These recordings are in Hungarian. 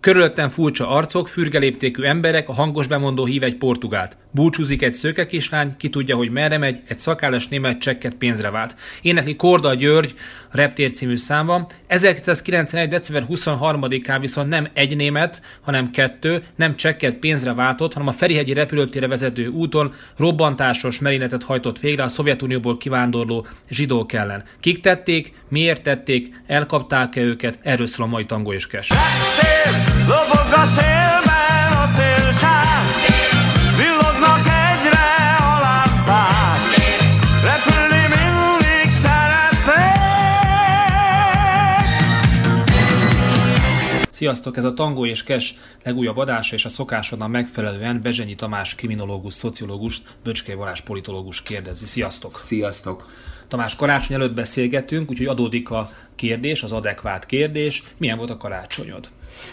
Körülöttem furcsa arcok, fürgeléptékű emberek, a hangos bemondó hív egy portugált. Búcsúzik egy szőke kislány, ki tudja, hogy merre megy, egy szakállas német csekket pénzre vált. Énekli Korda György, a Reptér című számban. 1991. december 23-án viszont nem egy német, hanem kettő, nem csekket pénzre váltott, hanem a Ferihegyi repülőtérre vezető úton robbantásos merényletet hajtott végre a Szovjetunióból kivándorló zsidók ellen. Kik tették, miért tették, elkapták-e őket, erről szól a mai Tangó és Cash. Lobog a szélben a szélsár, villognak egyre a lámpák, repülni mindig szeretnék. Sziasztok, ez a Tangó és Cash legújabb adása, és a szokásodnak megfelelően Bezsenyi Tamás kriminológus, szociológus, Böcskei Balázs politológus kérdezi. Sziasztok! Sziasztok! Tamás, karácsony előtt beszélgetünk, úgyhogy adódik a kérdés, az adekvát kérdés. Milyen volt a karácsonyod?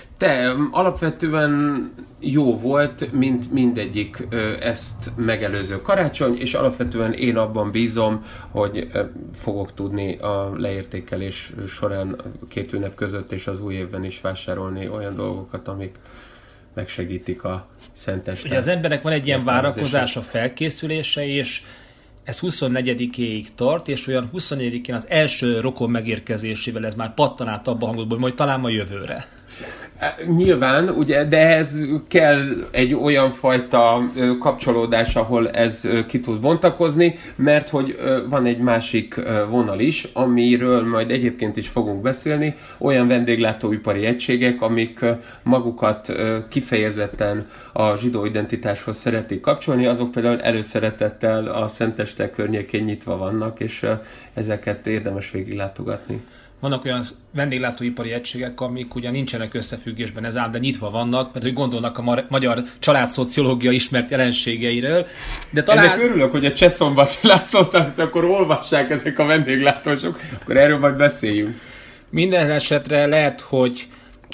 Alapvetően jó volt, mint mindegyik ezt megelőző karácsony, és alapvetően én abban bízom, hogy fogok tudni a leértékelés során 2 ünnep között és az új évben is vásárolni olyan dolgokat, amik megsegítik a szenteste. Ugye az embernek van egy ilyen várakozás a felkészülése, és ez 24-éig tart, és olyan 24-én az első rokon megérkezésével ez már pattan át abba a hangodból, hogy majd talán ma jövőre. Nyilván, ugye, de ehhez kell egy olyan fajta kapcsolódás, ahol ez ki tud bontakozni, mert hogy van egy másik vonal is, amiről majd egyébként is fogunk beszélni, olyan vendéglátóipari egységek, amik magukat kifejezetten a zsidó identitáshoz szeretik kapcsolni, azok például előszeretettel a Szenteste környékén nyitva vannak, és ezeket érdemes végiglátogatni. Vannak olyan vendéglátóipari egységek, amik ugyan nincsenek összefüggésben ezzel, de nyitva vannak, mert hogy gondolnak a magyar családszociológia ismert jelenségeiről. De talán... Ezek örülök, hogy a Csehszombati Lászlót, akkor olvassák ezek a vendéglátósok, akkor erről majd beszéljünk. Minden esetre lehet, hogy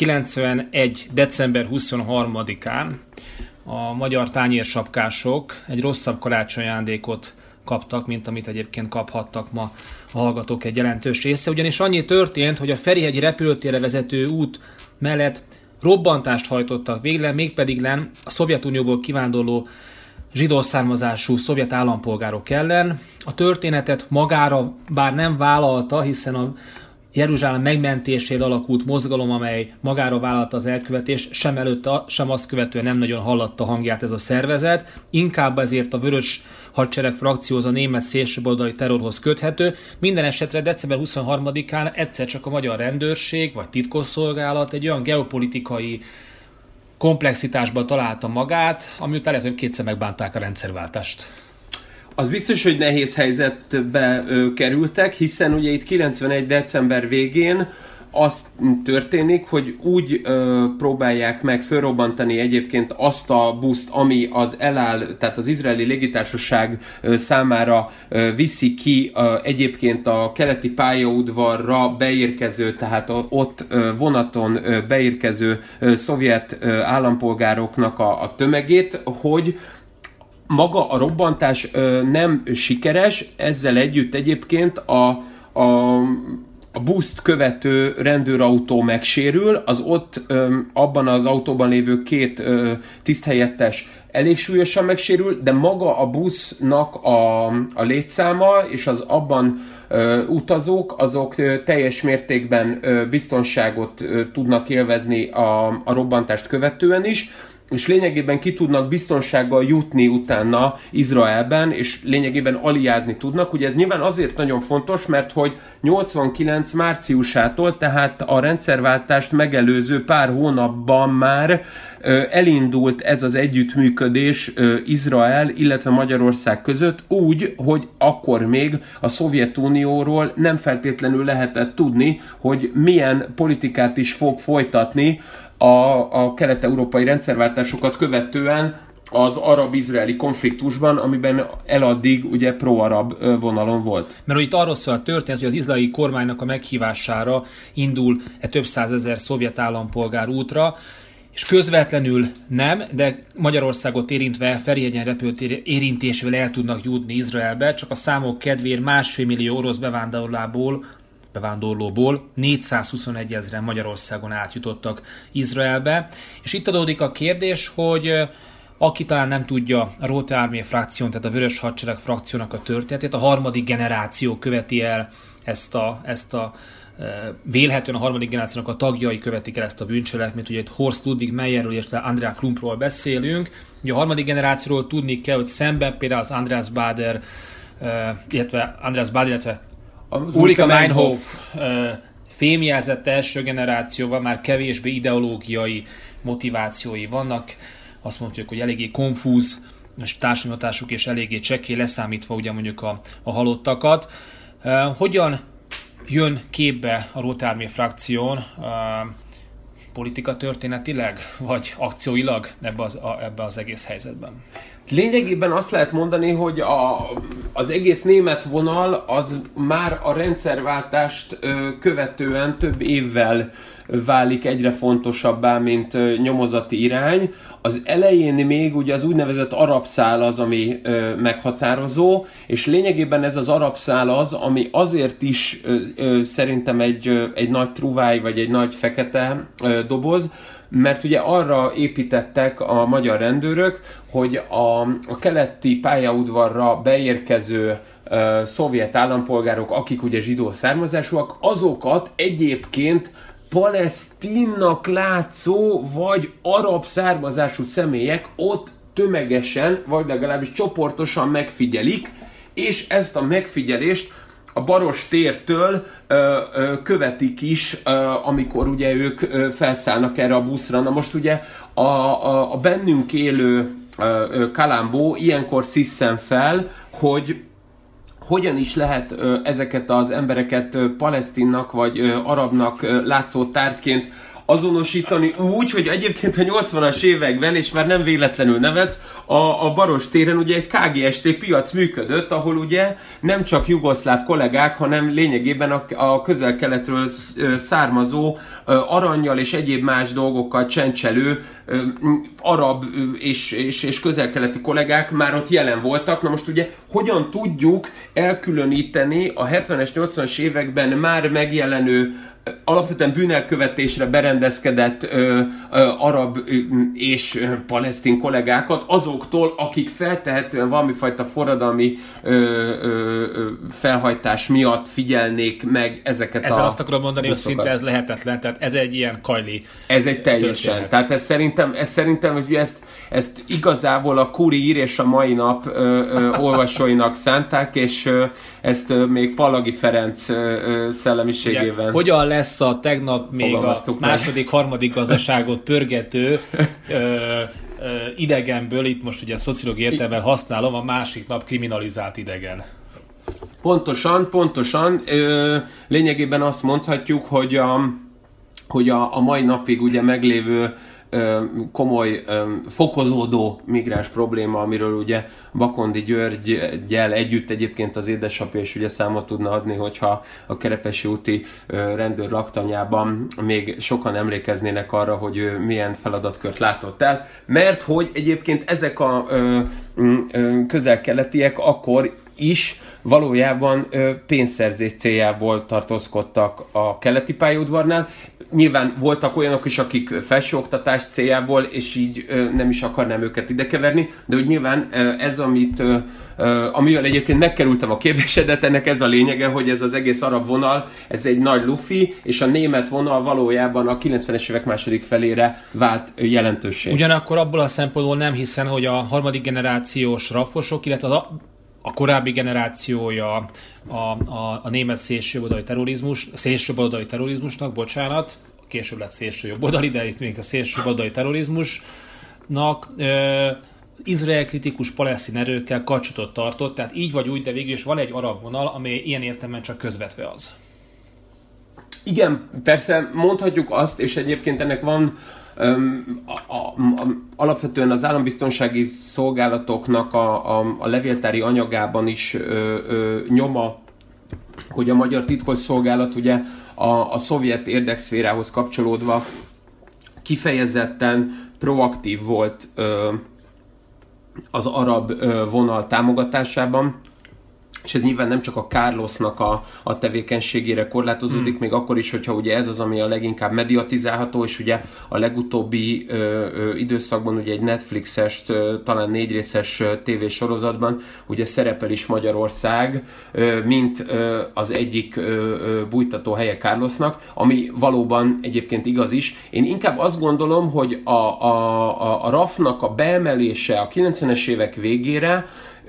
91. december 23-án a magyar tányérsapkások egy rosszabb karácsonyajándékot kaptak, mint amit egyébként kaphattak ma a hallgatók egy jelentős része. Ugyanis annyi történt, hogy a Ferihegyi repülőtérre vezető út mellett robbantást hajtottak végre, mégpedig a Szovjetunióból kivándorló zsidó származású szovjet állampolgárok ellen. A történetet magára bár nem vállalta, hiszen a Jeruzsálem megmentésére alakult mozgalom, amely magára vállalta az elkövetést, sem előtte, sem azt követően nem nagyon hallatta hangját ez a szervezet. Inkább ezért a Vörös Hadsereg frakcióhoz, a német szélsőbaloldali terrorhoz köthető. Minden esetre december 23-án egyszer csak a magyar rendőrség vagy titkosszolgálat egy olyan geopolitikai komplexitásban találta magát, ami után lehet, hogy kétszer megbánták a rendszerváltást. Az biztos, hogy nehéz helyzetbe kerültek, hiszen ugye itt 91. december végén az történik, hogy úgy próbálják meg fölrobbantani egyébként azt a buszt, ami az El Al, tehát az izraeli légitársaság számára viszi ki egyébként a keleti pályaudvarra beérkező, tehát ott vonaton beérkező szovjet állampolgároknak a tömegét, hogy maga a robbantás nem sikeres, ezzel együtt egyébként a buszt követő rendőrautó megsérül, az ott abban az autóban lévő 2 tiszthelyettes elég súlyosan megsérül, de maga a busznak a létszáma és az abban utazók, azok teljes mértékben biztonságot tudnak élvezni a robbantást követően is, és lényegében ki tudnak biztonsággal jutni utána Izraelben, és lényegében aliázni tudnak. Ugye ez nyilván azért nagyon fontos, mert hogy 89 márciusától, tehát a rendszerváltást megelőző pár hónapban már elindult ez az együttműködés Izrael, illetve Magyarország között úgy, hogy akkor még a Szovjetunióról nem feltétlenül lehetett tudni, hogy milyen politikát is fog folytatni a kelet-európai rendszerváltásokat követően az arab-izraeli konfliktusban, amiben eladdig ugye pro-arab vonalon volt. Mert itt arról szól a történet, hogy az izraeli kormánynak a meghívására indul több százezer szovjet állampolgár útra, és közvetlenül nem, de Magyarországot érintve Ferihegyen repülőtér érintésével el tudnak jutni Izraelbe, csak a számok kedvéért 1,5 millió orosz bevándorlából bevándorlóból 421 000 Magyarországon átjutottak Izraelbe. És itt adódik a kérdés, hogy aki talán nem tudja a Rote Armee frakción, tehát a Vörös Hadsereg frakciónak a történetét, a harmadik generáció követi el ezt a vélhetően a harmadik generációnak a tagjai követik el ezt a bűncselekményt, ugye itt Horst Ludwig Meyerről és Andrea Klumpról beszélünk. Ugye a harmadik generációról tudni kell, hogy szemben például az Andreas Baader, illetve Ulrike Meinhof fémjelzett első generációval már kevésbé ideológiai motivációi vannak. Azt mondjuk, hogy eléggé konfúz és társadalmi hatásuk és eléggé csekély, leszámítva ugye mondjuk a halottakat. Hogyan jön képbe a Rote Armee frakción politika történetileg, vagy akcióilag ebbe az egész helyzetben? Lényegében azt lehet mondani, hogy az egész német vonal az már a rendszerváltást követően több évvel válik egyre fontosabbá, mint nyomozati irány. Az elején még ugye az úgynevezett arab szál az, ami meghatározó, és lényegében ez az arab szál az, ami azért is szerintem egy nagy truváj, vagy egy nagy fekete doboz, mert ugye arra építettek a magyar rendőrök, hogy a keleti pályaudvarra beérkező szovjet állampolgárok, akik ugye zsidó származásúak, azokat egyébként palesztinnak látszó vagy arab származású személyek ott tömegesen, vagy legalábbis csoportosan megfigyelik, és ezt a megfigyelést a Baros tértől követik is, amikor ugye ők felszállnak erre a buszra. Na most ugye a bennünk élő Kalambó ilyenkor sziszen fel, hogy hogyan is lehet ezeket az embereket palesztinnak vagy arabnak látszó tárgyként azonosítani úgy, hogy egyébként a 80-as években, és már nem véletlenül nevetsz, a Baros téren ugye egy KGST piac működött, ahol ugye nem csak jugoszláv kollégák, hanem lényegében a közel-keletről származó arannyal és egyéb más dolgokkal csencselő arab és közel-keleti kollégák már ott jelen voltak. Na most ugye hogyan tudjuk elkülöníteni a 70-es, 80-as években már megjelenő alapvetően bűnelkövetésre berendezkedett arab és palesztin kollégákat azoktól, akik feltehetően valamifajta forradalmi felhajtás miatt figyelnék meg ezeket Ezzel azt akarom mondani, hogy szinte ez lehetetlen, tehát ez egy ilyen kajli Ez egy teljesen. Történet. Tehát ez szerintem hogy ezt igazából a Kurír és a Mai Nap olvasóinak szánták, és ezt még Pallagi Ferenc szellemiségében. Igen. Hogyan lesz a tegnap még a második, harmadik gazdaságot pörgető idegenből, itt most ugye szociológiai értelemben használom, a másik nap kriminalizált idegen? Pontosan. Lényegében azt mondhatjuk, hogy a mai napig ugye meglévő komoly, fokozódó migráns probléma, amiről ugye Bakondi Györggyel együtt egyébként az édesapja is ugye számot tudna adni, hogyha a Kerepesi úti rendőr laktanyában még sokan emlékeznének arra, hogy ő milyen feladatkört látott el, mert hogy egyébként ezek a közel-keletiek akkor is valójában pénzszerzés céljából tartózkodtak a keleti pályaudvarnál. Nyilván voltak olyanok is, akik felsőoktatás céljából, és így nem is akarnám őket idekeverni, de hogy nyilván ez, amivel egyébként megkerültem a kérdésedet, ennek ez a lényege, hogy ez az egész arab vonal, ez egy nagy lufi, és a német vonal valójában a 90-es évek második felére vált jelentőség. Ugyanakkor abból a szempontból nem hiszem, hogy a harmadik generációs rafosok, illetve a korábbi generációja a német szélsőbaloldali terrorizmusnak, bocsánat, később lett szélsőjobboldali, de itt még a szélsőbaloldali terrorizmusnak izrael kritikus palesztin erőkkel kapcsolatot tartott, tehát így vagy úgy, de végül is van egy arab vonal, ami ilyen értelemben csak közvetve az. Igen, persze mondhatjuk azt, és egyébként ennek van alapvetően az állambiztonsági szolgálatoknak a levéltári anyagában is nyoma, hogy a magyar titkosszolgálat ugye a szovjet érdekszférához kapcsolódva kifejezetten proaktív volt az arab vonal támogatásában. és ez nyilván nem csak a Carlosnak a tevékenységére korlátozódik, még akkor is, hogyha ugye ez az, ami a leginkább mediatizálható, és ugye a legutóbbi időszakban ugye egy Netflixes, talán 4 részes tévésorozatban ugye szerepel is Magyarország, mint az egyik bújtató helye Carlosnak, ami valóban egyébként igaz is. Én inkább azt gondolom, hogy a RAF-nak a beemelése a 90-es évek végére,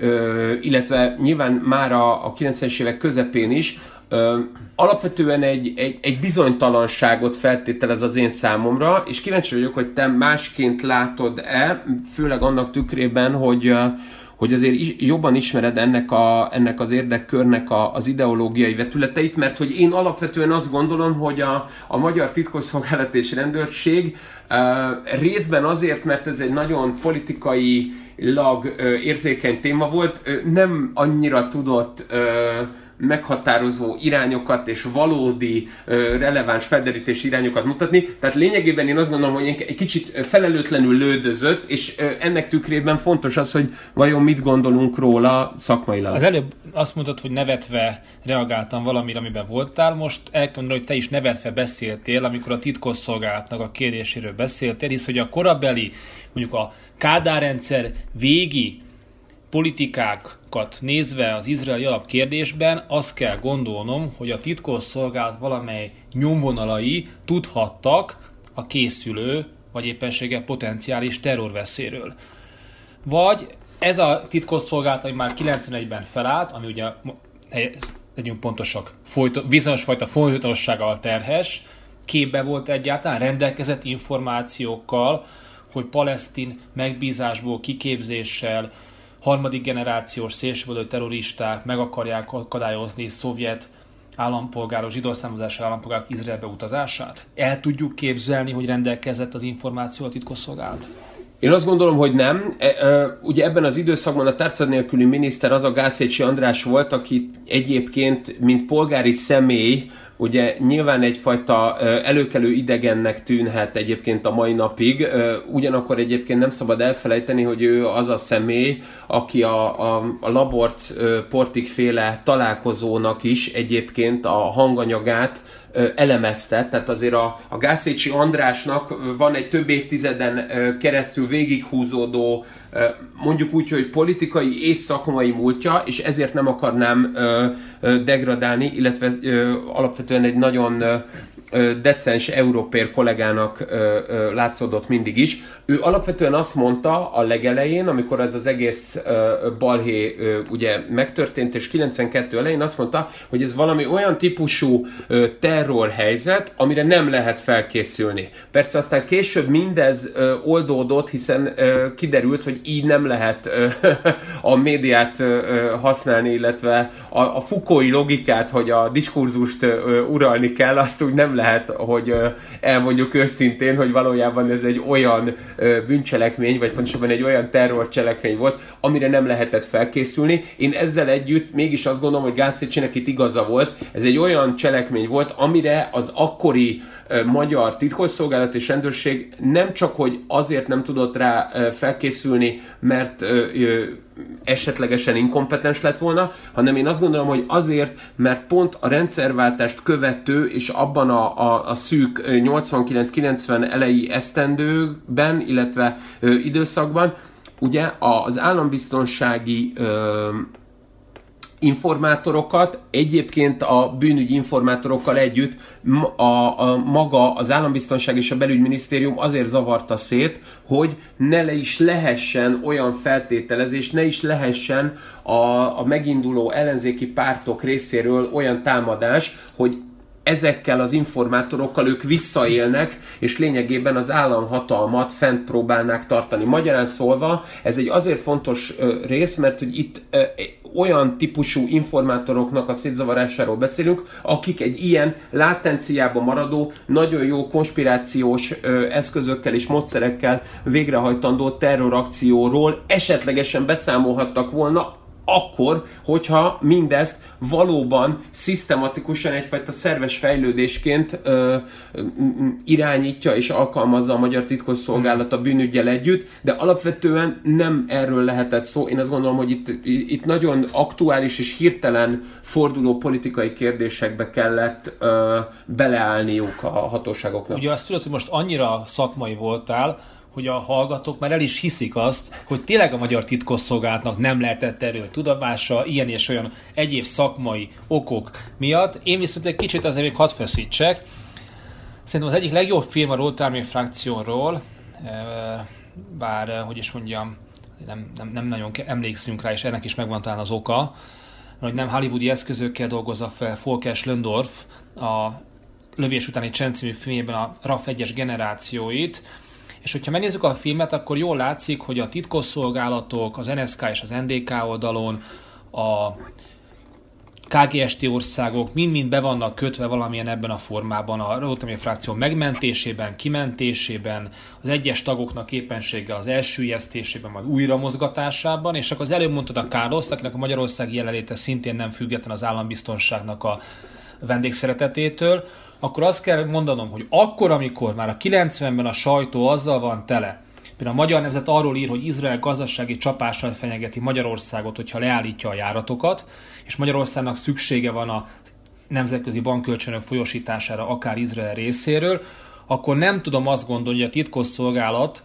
illetve nyilván már a 90-es évek közepén is, alapvetően egy bizonytalanságot feltételez az én számomra, és kíváncsi vagyok, hogy te másként látod-e, főleg annak tükrében, hogy azért jobban ismered ennek az érdekkörnek az ideológiai vetületeit, mert hogy én alapvetően azt gondolom, hogy a magyar titkosszolgálat és rendőrség részben azért, mert ez egy nagyon politikailag érzékeny téma volt, nem annyira tudott meghatározó irányokat és valódi releváns felderítési irányokat mutatni. Tehát lényegében én azt gondolom, hogy egy kicsit felelőtlenül lődözött, és ennek tükrében fontos az, hogy vajon mit gondolunk róla szakmailag. Az előbb azt mondtad, hogy nevetve reagáltam valamire, amiben voltál. Most el kell mondani, hogy te is nevetve beszéltél, amikor a titkosszolgálatnak a kérdéséről beszéltél, hisz hogy a korabeli, mondjuk a Kádár rendszer végi politikákat nézve az izraeli alapkérdésben azt kell gondolnom, hogy a titkosszolgálat valamely nyomvonalai tudhattak a készülő, vagy éppenséggel potenciális terrorveszélyről. Vagy ez a titkosszolgálat, ami már 91-ben felállt, ami ugye, legyünk pontosak, bizonyos fajta folytonossággal terhes, képbe volt egyáltalán, rendelkezett információkkal, hogy palesztin megbízásból, kiképzéssel, harmadik generációs szélsőjobboldali terroristák meg akarják akadályozni szovjet állampolgárok, zsidó származású állampolgárok Izraelbe utazását? El tudjuk képzelni, hogy rendelkezett az információ a titkosszolgálat? Én azt gondolom, hogy nem. Ugye ebben az időszakban a tárcad nélküli miniszter az a Gászécsi András volt, aki egyébként, mint polgári személy, ugye nyilván egyfajta előkelő idegennek tűnhet egyébként a mai napig, ugyanakkor egyébként nem szabad elfelejteni, hogy ő az a személy, aki a Laborc-Portik féle találkozónak is egyébként a hanganyagát elemezte, tehát azért a Gászécsi Andrásnak van egy több évtizeden keresztül végighúzódó, mondjuk úgy, hogy politikai és szakmai múltja, és ezért nem akarnám degradálni, illetve alapvetően egy nagyon decens európér kollégának látszódott mindig is. Ő alapvetően azt mondta a legelején, amikor ez az egész balhé ugye megtörtént, és 92 elején azt mondta, hogy ez valami olyan típusú terrorhelyzet, amire nem lehet felkészülni. Persze aztán később mindez oldódott, hiszen kiderült, hogy így nem lehet a médiát használni, illetve a Foucault-i logikát, hogy a diskurzust uralni kell, azt úgy nem lehet, hogy elmondjuk őszintén, hogy valójában ez egy olyan bűncselekmény, vagy pontosabban egy olyan terrorcselekmény volt, amire nem lehetett felkészülni. Én ezzel együtt mégis azt gondolom, hogy Gászécsinek itt igaza volt. Ez egy olyan cselekmény volt, amire az akkori magyar titkosszolgálat és rendőrség nem csak, hogy azért nem tudott rá felkészülni, mert esetlegesen inkompetens lett volna, hanem én azt gondolom, hogy azért, mert pont a rendszerváltást követő és abban a szűk 89-90 elejé esztendőben, illetve időszakban, ugye az állambiztonsági informátorokat, egyébként a bűnügyi informátorokkal együtt maga az állambiztonság és a belügyminisztérium azért zavarta szét, hogy ne is lehessen olyan feltételezés, ne is lehessen a meginduló ellenzéki pártok részéről olyan támadás, hogy ezekkel az informátorokkal ők visszaélnek, és lényegében az államhatalmat fent próbálnák tartani. Magyarán szólva, ez egy azért fontos rész, mert hogy itt olyan típusú informátoroknak a szétzavarásáról beszélünk, akik egy ilyen látenciában maradó, nagyon jó konspirációs eszközökkel és módszerekkel végrehajtandó terrorakcióról esetlegesen beszámolhattak volna, akkor, hogyha mindezt valóban szisztematikusan egyfajta szerves fejlődésként irányítja és alkalmazza a magyar titkosszolgálat a bűnüggyel együtt, de alapvetően nem erről lehetett szó. Én azt gondolom, hogy itt nagyon aktuális és hirtelen forduló politikai kérdésekbe kellett beleállniuk a hatóságoknak. Ugye azt tudod, hogy most annyira szakmai voltál, hogy a hallgatók már el is hiszik azt, hogy tényleg a magyar titkosszolgálatnak nem lehetett erről tudomása, ilyen és olyan egyéb szakmai okok miatt. Én viszont egy kicsit azért még hadd feszítsek. Szerintem az egyik legjobb film a Rote Armee Frakcióról, bár, hogy is mondjam, nem nagyon emlékszünk rá, és ennek is megvan talán az oka, hogy nem hollywoodi eszközökkel dolgozza fel Volker Schlöndorff a Lövés utáni csend című filmében a RAF 1-es generációit, és hogyha megnézzük a filmet, akkor jól látszik, hogy a titkosszolgálatok, az NSK és az NDK oldalon, a KGST országok mind-mind be vannak kötve valamilyen ebben a formában a Rote Armee Frakció megmentésében, kimentésében, az egyes tagoknak éppenséggel az elsüllyesztésében, majd újramozgatásában, és akkor az előbb mondtad a Carlost, akinek a magyarországi jelenléte szintén nem független az állambiztonságnak a vendégszeretetétől, akkor azt kell mondanom, hogy akkor, amikor már a 90-ben a sajtó azzal van tele, például a Magyar Nemzet arról ír, hogy Izrael gazdasági csapással fenyegeti Magyarországot, hogyha leállítja a járatokat, és Magyarországnak szüksége van a nemzetközi bankkölcsönök folyósítására, akár Izrael részéről, akkor nem tudom azt gondolni, hogy a titkosszolgálat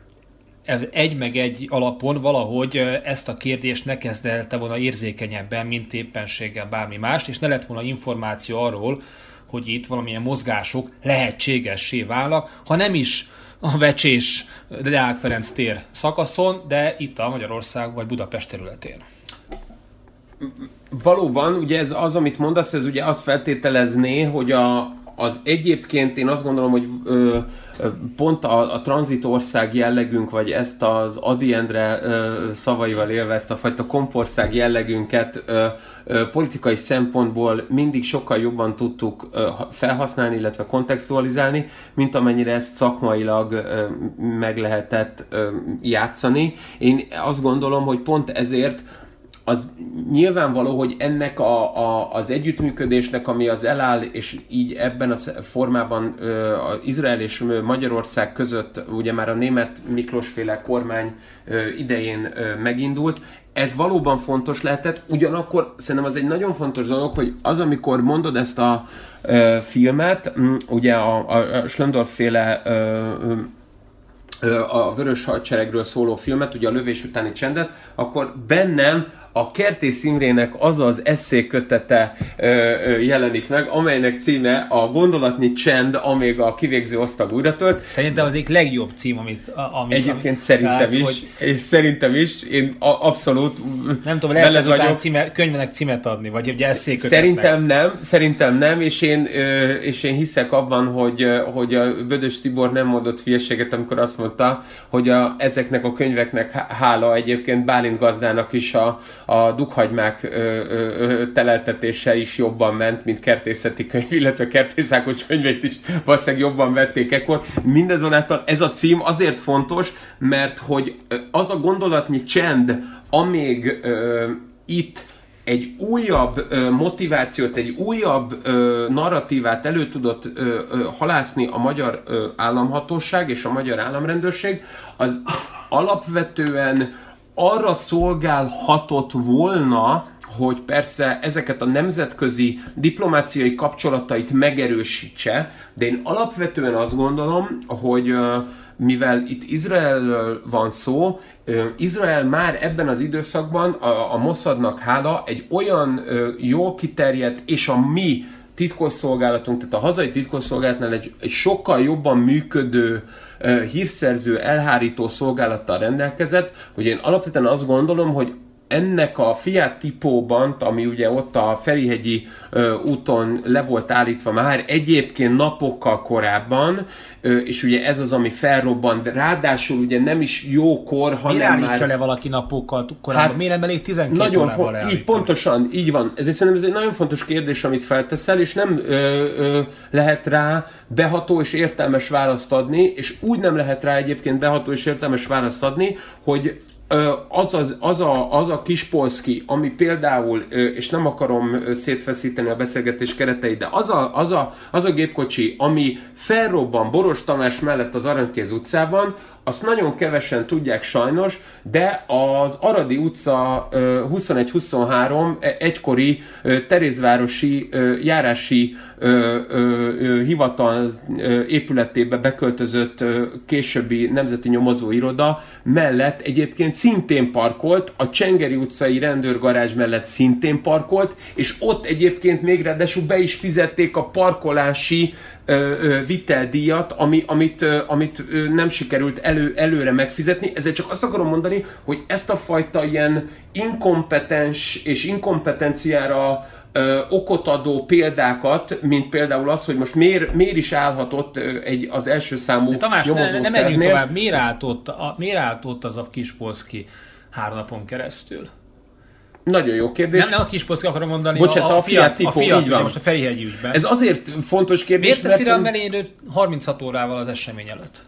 egy alapon valahogy ezt a kérdést ne kezdelte volna érzékenyebben, mint éppenséggel bármi mást, és ne lett volna információ arról, hogy itt valamilyen mozgások lehetségessé válnak, ha nem is a Vecsés Deák Ferenc tér szakaszon, de itt a Magyarország vagy Budapest területén. Valóban, ugye ez az, amit mondasz, ez ugye azt feltételezné, hogy az egyébként én azt gondolom, hogy pont a tranzitország jellegünk, vagy ezt az Ady Endre szavaival élve ezt a fajta kompország jellegünket politikai szempontból mindig sokkal jobban tudtuk felhasználni, illetve kontextualizálni, mint amennyire ezt szakmailag meg lehetett játszani. Én azt gondolom, hogy pont ezért az nyilvánvaló, hogy ennek az együttműködésnek, ami az eláll, és így ebben a formában az Izrael és Magyarország között ugye már a német Miklós-féle kormány idején megindult, ez valóban fontos lehetett, ugyanakkor szerintem az egy nagyon fontos dolog, hogy az, amikor mondod ezt a filmet, ugye a Schlöndorff-féle a Vörös Hadseregről szóló filmet, ugye a Lövés utáni csendet, akkor bennem a Kertész Imrének az az esszékötete jelenik meg, amelynek címe a Gondolatnyi csend, amíg a kivégző osztag újratölt. Szerintem az egyik legjobb cím, amit egyébként szerintem is, hogy... és szerintem is, én abszolút nem tudom, lehet ezután könyvenek címet adni, vagy ugye esszékötetnek. Szerintem nem, és én hiszek abban, hogy a Bödös Tibor nem mondott hülyeséget, amikor azt mondta, hogy ezeknek a könyveknek hála egyébként Bálint gazdának is a dughagymák teleltetése is jobban ment, mint kertészeti könyv, illetve Kertész Ákos könyveit is valószínűleg jobban vették ekkor. Mindazonáltal ez a cím azért fontos, mert hogy az a gondolatnyi csend, amíg itt egy újabb motivációt, egy újabb narratívát elő tudott halászni a magyar államhatóság és a magyar államrendőrség, az alapvetően arra szolgálhatott volna, hogy persze ezeket a nemzetközi diplomáciai kapcsolatait megerősítse, de én alapvetően azt gondolom, hogy mivel itt Izraelről van szó, Izrael már ebben az időszakban a Mossadnak hála egy olyan jól kiterjedt, és a mi titkosszolgálatunk, tehát a hazai titkosszolgálatnál egy sokkal jobban működő hírszerző, elhárító szolgálattal rendelkezett, hogy én alapvetően azt gondolom, hogy ennek a Fiat Tipóban, ami ugye ott a Ferihegyi úton le volt állítva már egyébként napokkal korábban, és ugye ez az, ami felrobbant, ráadásul ugye nem is jókor, hanem már... Miért állítja le valaki napokkal korábban? Hát, miért nem elég 12 órával leállítani? Így pontosan, így van. Ezért szerintem ez egy nagyon fontos kérdés, amit felteszel, és nem lehet rá beható és értelmes választ adni, és úgy nem lehet rá egyébként beható és értelmes választ adni, hogy az a Kispolszky, ami például, és nem akarom szétfeszíteni a beszélgetés kereteit, de az a gépkocsi, ami felrobban Boros Tamás mellett az Aranykéz utcában, azt nagyon kevesen tudják sajnos, de az Aradi utca 21-23 egykori Terézvárosi járási hivatal épületébe beköltözött későbbi nemzeti nyomozóiroda mellett egyébként szintén parkolt, a Csengeri utcai rendőrgarázs mellett szintén parkolt, és ott egyébként még ráadásul be is fizették a parkolási viteldíjat, amit nem sikerült előre megfizetni. Ezért csak azt akarom mondani, hogy ezt a fajta ilyen inkompetens és inkompetenciára okot adó példákat, mint például az, hogy most miért is állhatott az első számú nyomozószernél. Nem menjünk tovább. Miért állt ott az a Kispolszky 3 napon keresztül? Nagyon jó kérdés. Nem a Kispolszky akarom mondani, bocsánat, a Fiat Tipo, így van. Most a Ferihegyi ügyben. Ez azért fontos kérdés, miért teszi rá a melényről 36 órával az esemény előtt?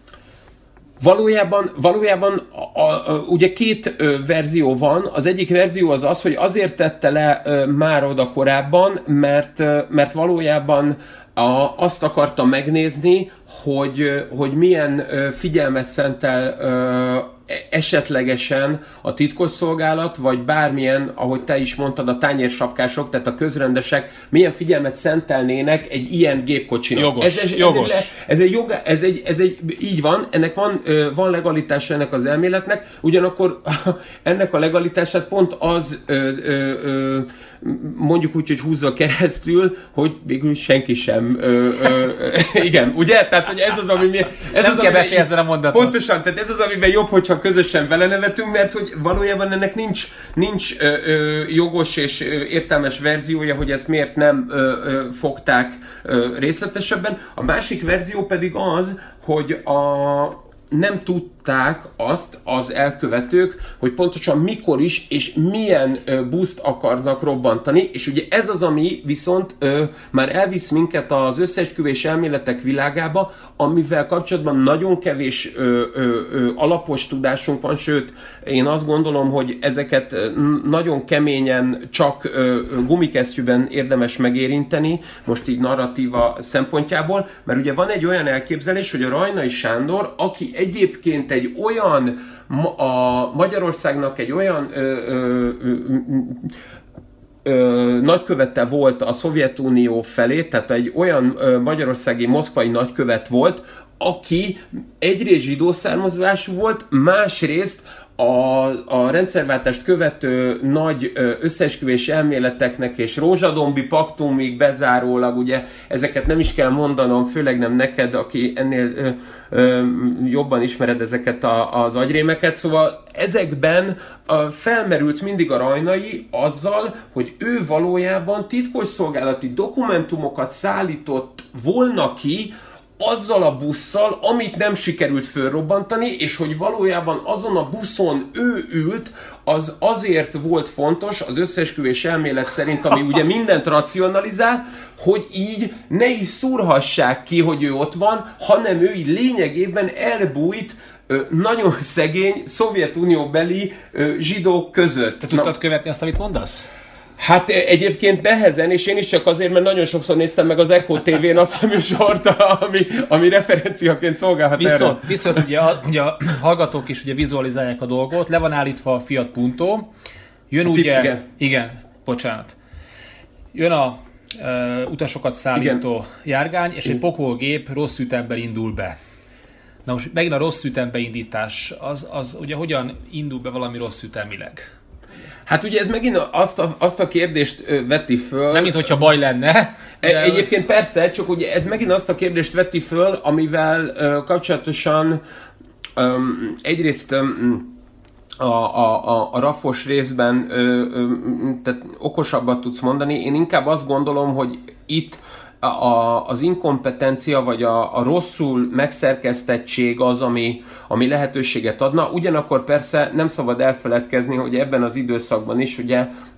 Valójában ugye 2 verzió van. Az egyik verzió az, hogy azért tette le már oda korábban, mert valójában azt akarta megnézni, hogy milyen figyelmet szentel esetlegesen a titkosszolgálat, vagy bármilyen, ahogy te is mondtad, a tányérsapkások, tehát a közrendesek milyen figyelmet szentelnének egy ilyen gépkocsinak. Jogos. Ez egy így van, ennek van legalitása ennek az elméletnek, ugyanakkor ennek a legalitását pont az mondjuk úgy, hogy húzza keresztül, hogy végül senki sem igen, ugye? Tehát, hogy ez az, ami nem kell befejezni a mondatot. Pontosan, tehát ez az, amiben jobb, hogyha közösen vele nevetünk, mert hogy valójában ennek nincs jogos és értelmes verziója, hogy ezt miért nem fogták részletesebben. A másik verzió pedig az, hogy nem tudták azt az elkövetők, hogy pontosan mikor is és milyen buszt akarnak robbantani, és ugye ez az, ami viszont már elvisz minket az összeesküvés elméletek világába, amivel kapcsolatban nagyon kevés alapos tudásunk van, sőt, én azt gondolom, hogy ezeket nagyon keményen csak gumikesztyűben érdemes megérinteni, most így narratíva szempontjából, mert ugye van egy olyan elképzelés, hogy a Rajnai Sándor, aki egyébként egy olyan, Magyarországnak egy olyan nagykövete volt a Szovjetunió felé, tehát egy olyan magyarországi moszkvai nagykövet volt, aki egyrészt zsidó származású volt, másrészt a rendszerváltást követő nagy összeesküvés elméleteknek és rózsadombi paktumig bezárólag, ugye ezeket nem is kell mondanom, főleg nem neked, aki ennél jobban ismered ezeket az agyrémeket, szóval ezekben felmerült mindig a Rajnai azzal, hogy ő valójában titkosszolgálati dokumentumokat szállított volna ki, azzal a busszal, amit nem sikerült fölrobbantani, és hogy valójában azon a buszon ő ült, az azért volt fontos, az összeesküvés elmélet szerint, ami ugye mindent racionalizál, hogy így ne is szúrhassák ki, hogy ő ott van, hanem ő így lényegében elbújt nagyon szegény Szovjetunióbeli zsidók között. Te tudtad követni azt, amit mondasz? Hát egyébként nehezen, és én is csak azért, mert nagyon sokszor néztem meg az Echo TV-n azt a műsort, ami referenciaként szolgálhat erre. Viszont ugye a hallgatók is ugye vizualizálják a dolgot, le van állítva a Fiat Punto, jön ugye... Igen, bocsánat. Jön a utasokat szállító járgány, és egy pokolgép rossz ütemben indul be. Na most megint a rossz ütembeindítás, az ugye hogyan indul be valami rossz ütemileg? Hát ugye ez megint azt a kérdést veti föl... Nem, mintha baj lenne. Egyébként persze, csak ugye ez megint azt a kérdést veti föl, amivel kapcsolatosan egyrészt a raffos részben tehát okosabbat tudsz mondani. Én inkább azt gondolom, hogy itt az inkompetencia, vagy a rosszul megszerkesztettség az, ami lehetőséget adna. Ugyanakkor persze nem szabad elfeledkezni, hogy ebben az időszakban is ugye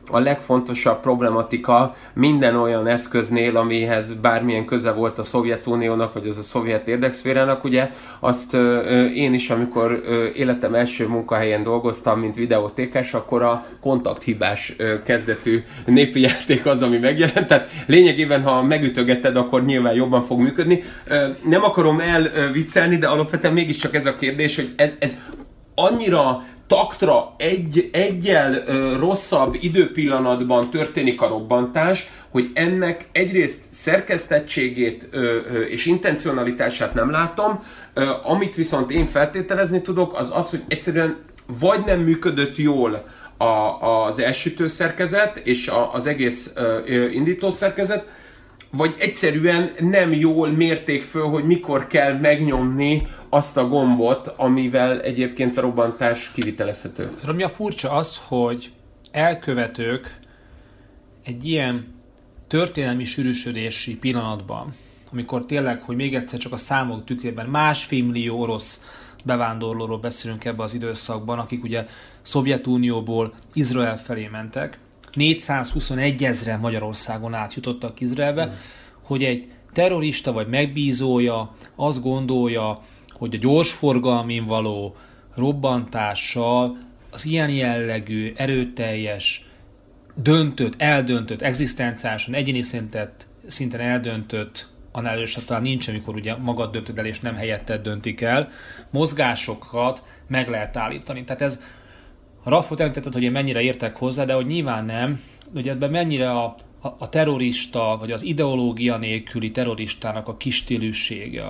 a legfontosabb problematika minden olyan eszköznél, amihez bármilyen köze volt a Szovjetuniónak, vagy az a szovjet érdekszférának, ugye azt én is, amikor életem első munkahelyen dolgoztam, mint videótékás, akkor a kontakthibás kezdetű népi játék az, ami megjelent. Tehát lényegében, ha megütögeted, akkor nyilván jobban fog működni. Nem akarom elviccelni, de alapvetően mégiscsak ez a kérdés, hogy ez annyira taktra egyel rosszabb időpillanatban történik a robbantás, hogy ennek egyrészt szerkesztettségét és intencionalitását nem látom, amit viszont én feltételezni tudok, az az, hogy egyszerűen vagy nem működött jól az elsütőszerkezet és az egész indítószerkezet, vagy egyszerűen nem jól mérték föl, hogy mikor kell megnyomni azt a gombot, amivel egyébként a robbantás kivitelezhető. Ami a furcsa az, hogy elkövetők egy ilyen történelmi sűrűsödési pillanatban, amikor tényleg, hogy még egyszer csak a számok tükrében 1,5 millió orosz bevándorlóról beszélünk ebbe az időszakban, akik ugye Szovjetunióból Izrael felé mentek, 421 000 Magyarországon átjutottak Izraelbe, hogy egy terrorista vagy megbízója azt gondolja, hogy a gyorsforgalmin való robbantással az ilyen jellegű, erőteljes, eldöntött, egzisztenciálisan, egyéni szinten eldöntött, annál erősebb talán nincs, amikor ugye magad döntöd el, és nem helyetted döntik el, mozgásokat meg lehet állítani. Tehát ez, a Raffot említetted, hogy én mennyire értek hozzá, de hogy nyilván nem, hogy ebben mennyire a terrorista, vagy az ideológia nélküli terroristának a kisstílűsége,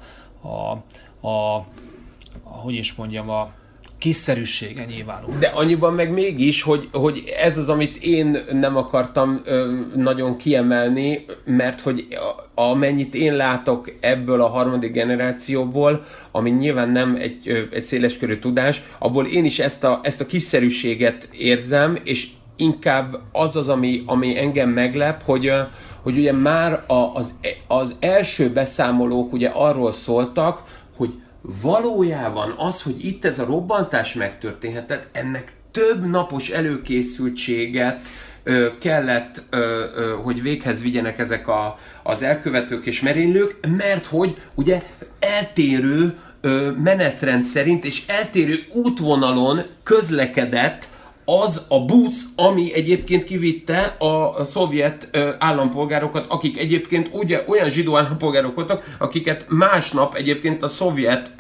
hogy is mondjam, a kiszerűsége nyilvánul. De annyiban meg mégis, hogy ez az, amit én nem akartam nagyon kiemelni, mert hogy amennyit én látok ebből a harmadik generációból, ami nyilván nem egy széleskörű tudás, abból én is ezt a kiszerűséget érzem, és inkább az, ami engem meglep, hogy ugye már az első beszámolók ugye arról szóltak, hogy valójában az, hogy itt ez a robbantás megtörténhetett, ennek több napos előkészültséget kellett, hogy véghez vigyenek ezek az elkövetők és merénylők, mert hogy ugye eltérő menetrend szerint és eltérő útvonalon közlekedett az a busz, ami egyébként kivitte a szovjet állampolgárokat, akik egyébként ugye olyan zsidó állampolgárok voltak, akiket másnap egyébként a szovjet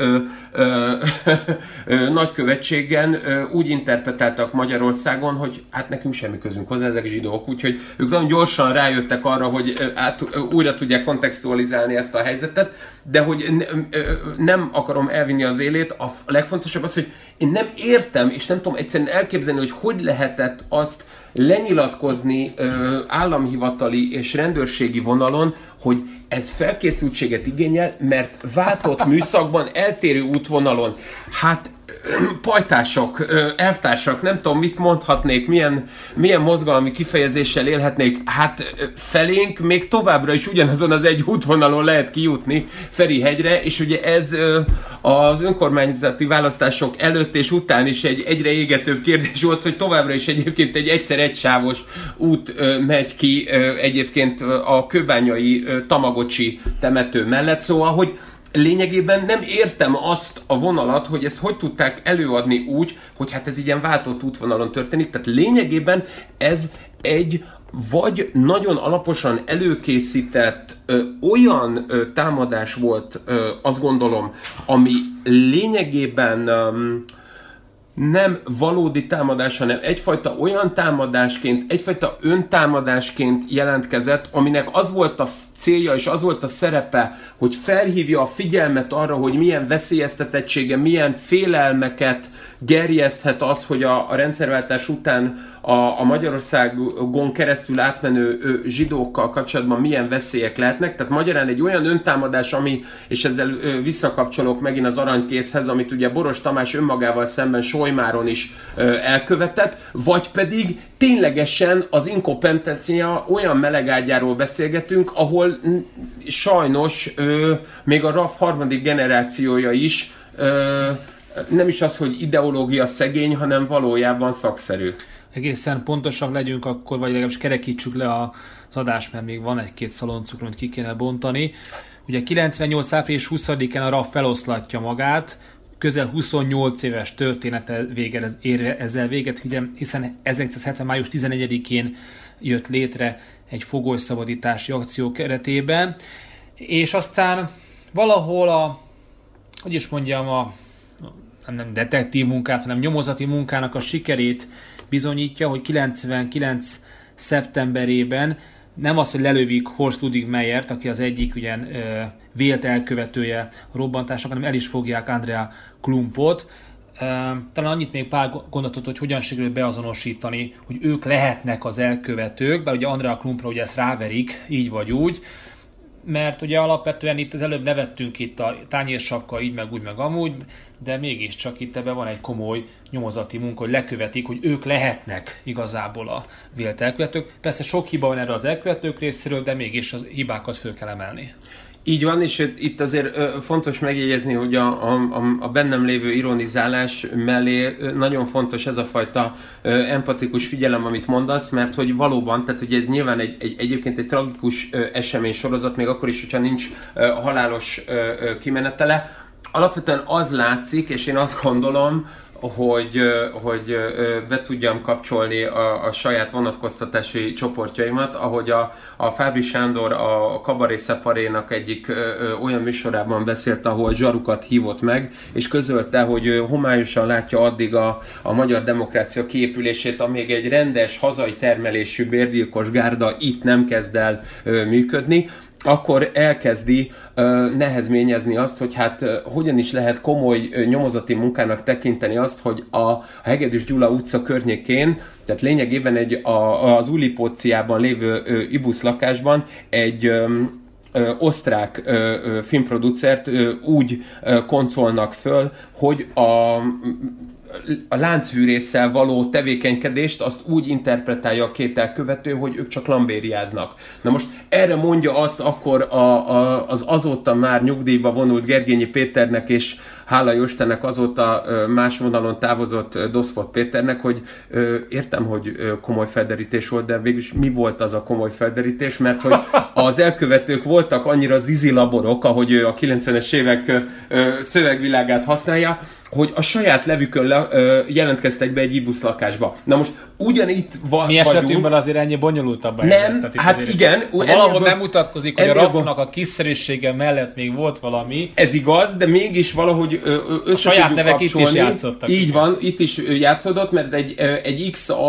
nagykövetségen úgy interpretáltak Magyarországon, hogy hát nekünk semmi közünk hozzá, ezek zsidók, úgyhogy ők nagyon gyorsan rájöttek arra, hogy újra tudják kontextualizálni ezt a helyzetet, de hogy nem akarom elvinni az élét, a legfontosabb az, hogy én nem értem, és nem tudom egyszerűen elképzelni, hogy lehetett azt lenyilatkozni államhivatali és rendőrségi vonalon, hogy ez felkészültséget igényel, mert váltott műszakban, eltérő útvonalon, hát pajtások, elvtársak, nem tudom, mit mondhatnék, milyen mozgalmi kifejezéssel élhetnék, hát felénk még továbbra is ugyanazon az egy útvonalon lehet kijutni Ferihegyre, és ugye ez az önkormányzati választások előtt és után is egy egyre égetőbb kérdés volt, hogy továbbra is egyébként egy egysávos út megy ki egyébként a kőbányai Tamagocsi temető mellett, szóval, hogy lényegében nem értem azt a vonalat, hogy ezt hogy tudták előadni úgy, hogy hát ez ilyen váltott útvonalon történik. Tehát lényegében ez egy vagy nagyon alaposan előkészített olyan támadás volt, azt gondolom, ami lényegében nem valódi támadás, hanem egyfajta olyan támadásként, egyfajta öntámadásként jelentkezett, aminek az volt a célja és az volt a szerepe, hogy felhívja a figyelmet arra, hogy milyen veszélyeztetettsége, milyen félelmeket gerjeszthet az, hogy a rendszerváltás után a Magyarországon keresztül átmenő zsidókkal kapcsolatban milyen veszélyek lehetnek. Tehát magyarán egy olyan öntámadás, ami, és ezzel visszakapcsolok megint az aranykészhez, amit ugye Boros Tamás önmagával szemben Solymáron is elkövetett, vagy pedig ténylegesen az inkompetencia olyan melegágyáról beszélgetünk, ahol sajnos még a RAF harmadik generációja is nem is az, hogy ideológia szegény, hanem valójában szakszerű. egészen pontosak legyünk akkor, vagy legalábbis kerekítsük le az adást, mert még van egy-két szaloncukron, amit ki kéne bontani. Ugye 98. április 20-án a RAF feloszlatja magát, közel 28 éves története ér ezzel véget, hiszen 1970. május 11-én jött létre egy fogolyszabadítási akció keretében, és aztán valahol a nem detektív munkát, hanem nyomozati munkának a sikerét bizonyítja, hogy 99. szeptemberében nem az, hogy lelövik Horst Ludwig Meyert, aki az egyik ugyan vélt elkövetője a robbantásnak, hanem el is fogják Andrea Klumpot. Talán annyit még pár gondolatot, hogy hogyan sikerült beazonosítani, hogy ők lehetnek az elkövetők, bár ugye Andrea Klumpra ugye ezt ráverik, így vagy úgy, mert ugye alapvetően itt az előbb nevettünk itt a tányérsapka, így meg úgy meg amúgy, de mégiscsak itt ebben van egy komoly nyomozati munka, hogy lekövetik, hogy ők lehetnek igazából a vélt elkövetők. Persze sok hiba van erre az elkövetők részéről, de mégis az hibákat föl kell emelni. Így van, és itt azért fontos megjegyezni, hogy a bennem lévő ironizálás mellé nagyon fontos ez a fajta empatikus figyelem, amit mondasz, mert hogy valóban, tehát ugye ez nyilván egyébként egy tragikus esemény sorozat, még akkor is, hogyha nincs halálos kimenetele. Alapvetően az látszik, és én azt gondolom, hogy be tudjam kapcsolni a saját vonatkoztatási csoportjaimat, ahogy a Fábri Sándor a Kabaré Szeparénak egyik olyan műsorában beszélt, ahol zsarukat hívott meg, és közölte, hogy homályosan látja addig a magyar demokrácia kiépülését, amíg egy rendes, hazai termelésű bérgyilkos gárda itt nem kezd el működni, akkor elkezdi nehezményezni azt, hogy hát hogyan is lehet komoly nyomozati munkának tekinteni azt, hogy a Hegedűs Gyula utca környékén, tehát lényegében az Újlipóciában lévő Ibusz lakásban egy osztrák filmproducert úgy koncolnak föl, hogy a láncfűrésszel való tevékenykedést azt úgy interpretálja a két elkövető, hogy ők csak lambériáznak. Na most erre mondja azt akkor az azóta már nyugdíjba vonult Gergényi Péternek, és hála jó Istennek azóta más vonalon távozott Doszpot Péternek, hogy értem, hogy komoly felderítés volt, de végülis mi volt az a komoly felderítés, mert hogy az elkövetők voltak annyira zizilaborok, ahogy ő a 90-es évek szövegvilágát használja, hogy a saját levükön jelentkeztek be egy Ibusz lakásba. Na most ugyanitt mi esetünkben azért ennyi bonyolultabb. Nem, hát igen. Valahol bemutatkozik, hogy a RAF-nak a kiszerűsége mellett még volt valami. Ez igaz, de mégis valahogy saját nevek kapcsolni. Itt is játszottak. Így van, itt is játszódott, mert egy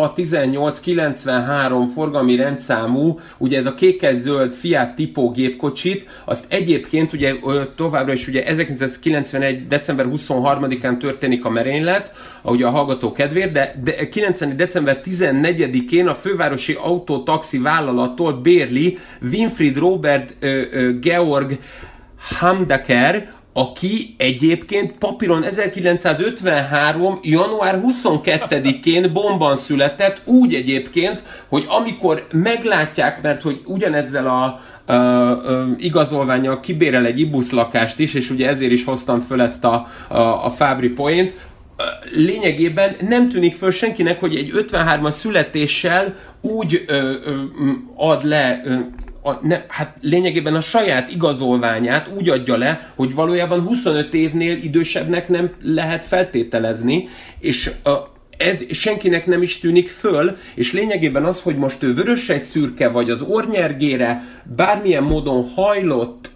XA1893 forgalmi rendszámú, ugye ez a kékes-zöld Fiat Tipo gépkocsit, azt egyébként ugye továbbra is ugye 1991. december 23-án történik a merénylet, ahogy a hallgató kedvéért, de 90. december 14-én a fővárosi autótaxi vállalattól bérli Winfried Robert Georg Hamdaker, aki egyébként papíron 1953. január 22-én bomban született, úgy egyébként, hogy amikor meglátják, mert hogy ugyanezzel a igazolvánnyal kibérel egy Ibusz lakást is, és ugye ezért is hoztam föl ezt a Fábri poént, lényegében nem tűnik föl senkinek, hogy egy 53-as születéssel úgy ad le hát lényegében a saját igazolványát úgy adja le, hogy valójában 25 évnél idősebbnek nem lehet feltételezni, és ez senkinek nem is tűnik föl, és lényegében az, hogy most ő vöröses szürke, vagy az ornyergére bármilyen módon hajlott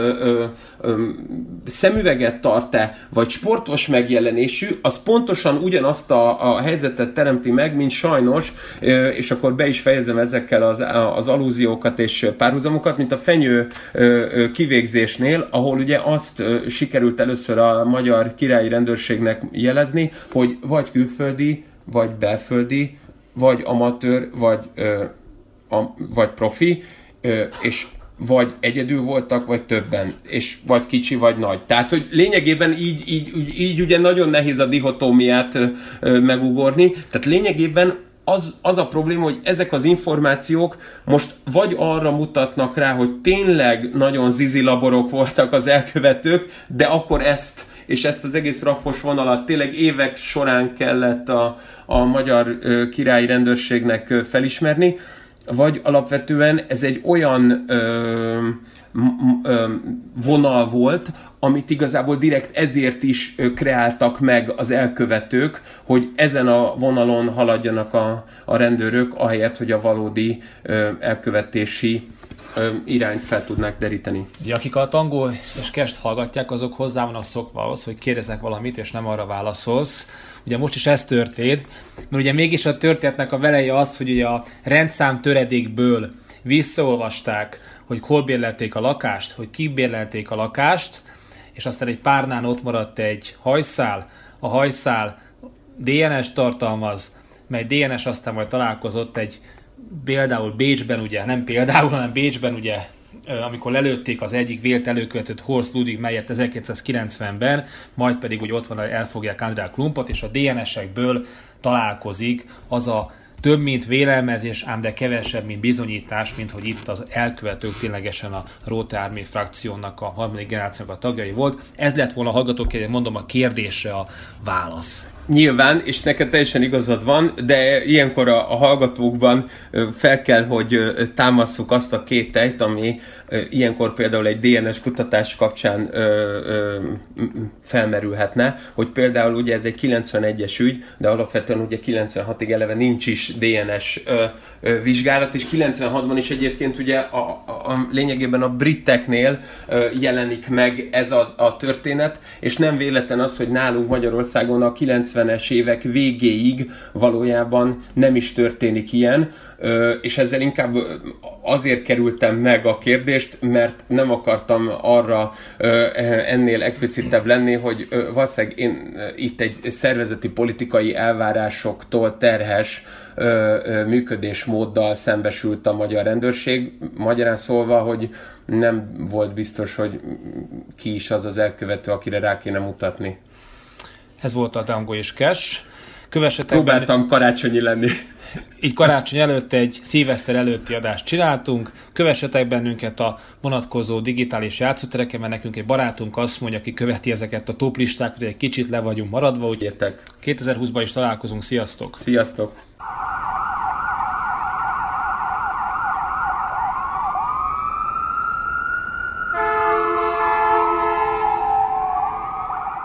szemüveget tart-e, vagy sportos megjelenésű, az pontosan ugyanazt a helyzetet teremti meg, mint sajnos, és akkor be is fejezem ezekkel az allúziókat és párhuzamokat, mint a fenyő kivégzésnél, ahol ugye azt sikerült először a magyar királyi rendőrségnek jelezni, hogy vagy külföldi, vagy belföldi, vagy amatőr, vagy profi, és vagy egyedül voltak, vagy többen, és vagy kicsi, vagy nagy. Tehát, hogy lényegében így ugye nagyon nehéz a dihotómiát megugorni. Tehát lényegében az a probléma, hogy ezek az információk most vagy arra mutatnak rá, hogy tényleg nagyon zizilaborok voltak az elkövetők, de akkor ezt és ezt az egész raffos vonalat tényleg évek során kellett a magyar királyi rendőrségnek felismerni, vagy alapvetően ez egy olyan vonal volt, amit igazából direkt ezért is kreáltak meg az elkövetők, hogy ezen a vonalon haladjanak a rendőrök, ahelyett, hogy a valódi elkövetési irányt fel tudnák deríteni. Ugye, akik a tangó és kest hallgatják, azok hozzá vannak szokva ahhoz, hogy kérdezek valamit, és nem arra válaszolsz. Ugye most is ez történt, mert ugye mégis a történetnek a veleje az, hogy ugye a rendszám töredékből visszaolvasták, hogy hol bérlelték a lakást, hogy kik bérlelték a lakást, és aztán egy párnán ott maradt egy hajszál, a hajszál DNS tartalmaz, mely DNS aztán majd találkozott egy például Bécsben, ugye, nem például, hanem Bécsben, ugye, amikor lelőtték az egyik vélt előkövetőt, Horst Ludwig Meyert 1990-ben, majd pedig úgy ott van, hogy elfogják András Klumpot, és a DNS-ekből találkozik az a több, mint vélelmezés, ám de kevesebb, mint bizonyítás, mint hogy itt az elkövetők ténylegesen a Rote Armee frakciónak a harmadik generációnak a tagjai volt. Ez lett volna, hallgatók, mondom, a kérdésre a válasz. Nyilván, és neked teljesen igazad van, de ilyenkor a hallgatókban fel kell, hogy támasszuk azt a kételyt, ami ilyenkor például egy DNS kutatás kapcsán felmerülhetne, hogy például ugye ez egy 91-es ügy, de alapvetően ugye 96-ig eleve nincs is DNS vizsgálat, és 96-ban is egyébként ugye a lényegében a briteknél jelenik meg ez a történet, és nem véletlen az, hogy nálunk Magyarországon a 90-es évek végéig valójában nem is történik ilyen, és ezzel inkább azért kerültem meg a kérdést, mert nem akartam arra ennél explicitebb lenni, hogy valószínűleg én itt egy szervezeti politikai elvárásoktól terhes működésmóddal szembesült a magyar rendőrség. Magyarán szólva, hogy nem volt biztos, hogy ki is az az elkövető, akire rá kéne mutatni. Ez volt a Tango és Cash. Próbáltam karácsonyi lenni. Így karácsony előtt egy szilveszter előtti adást csináltunk. Kövessetek bennünket a vonatkozó digitális játszótereken, mert nekünk egy barátunk azt mondja, aki követi ezeket a toplistákat, hogy egy kicsit le vagyunk maradva, úgyhogy 2020-ban is találkozunk. Sziasztok! Sziasztok!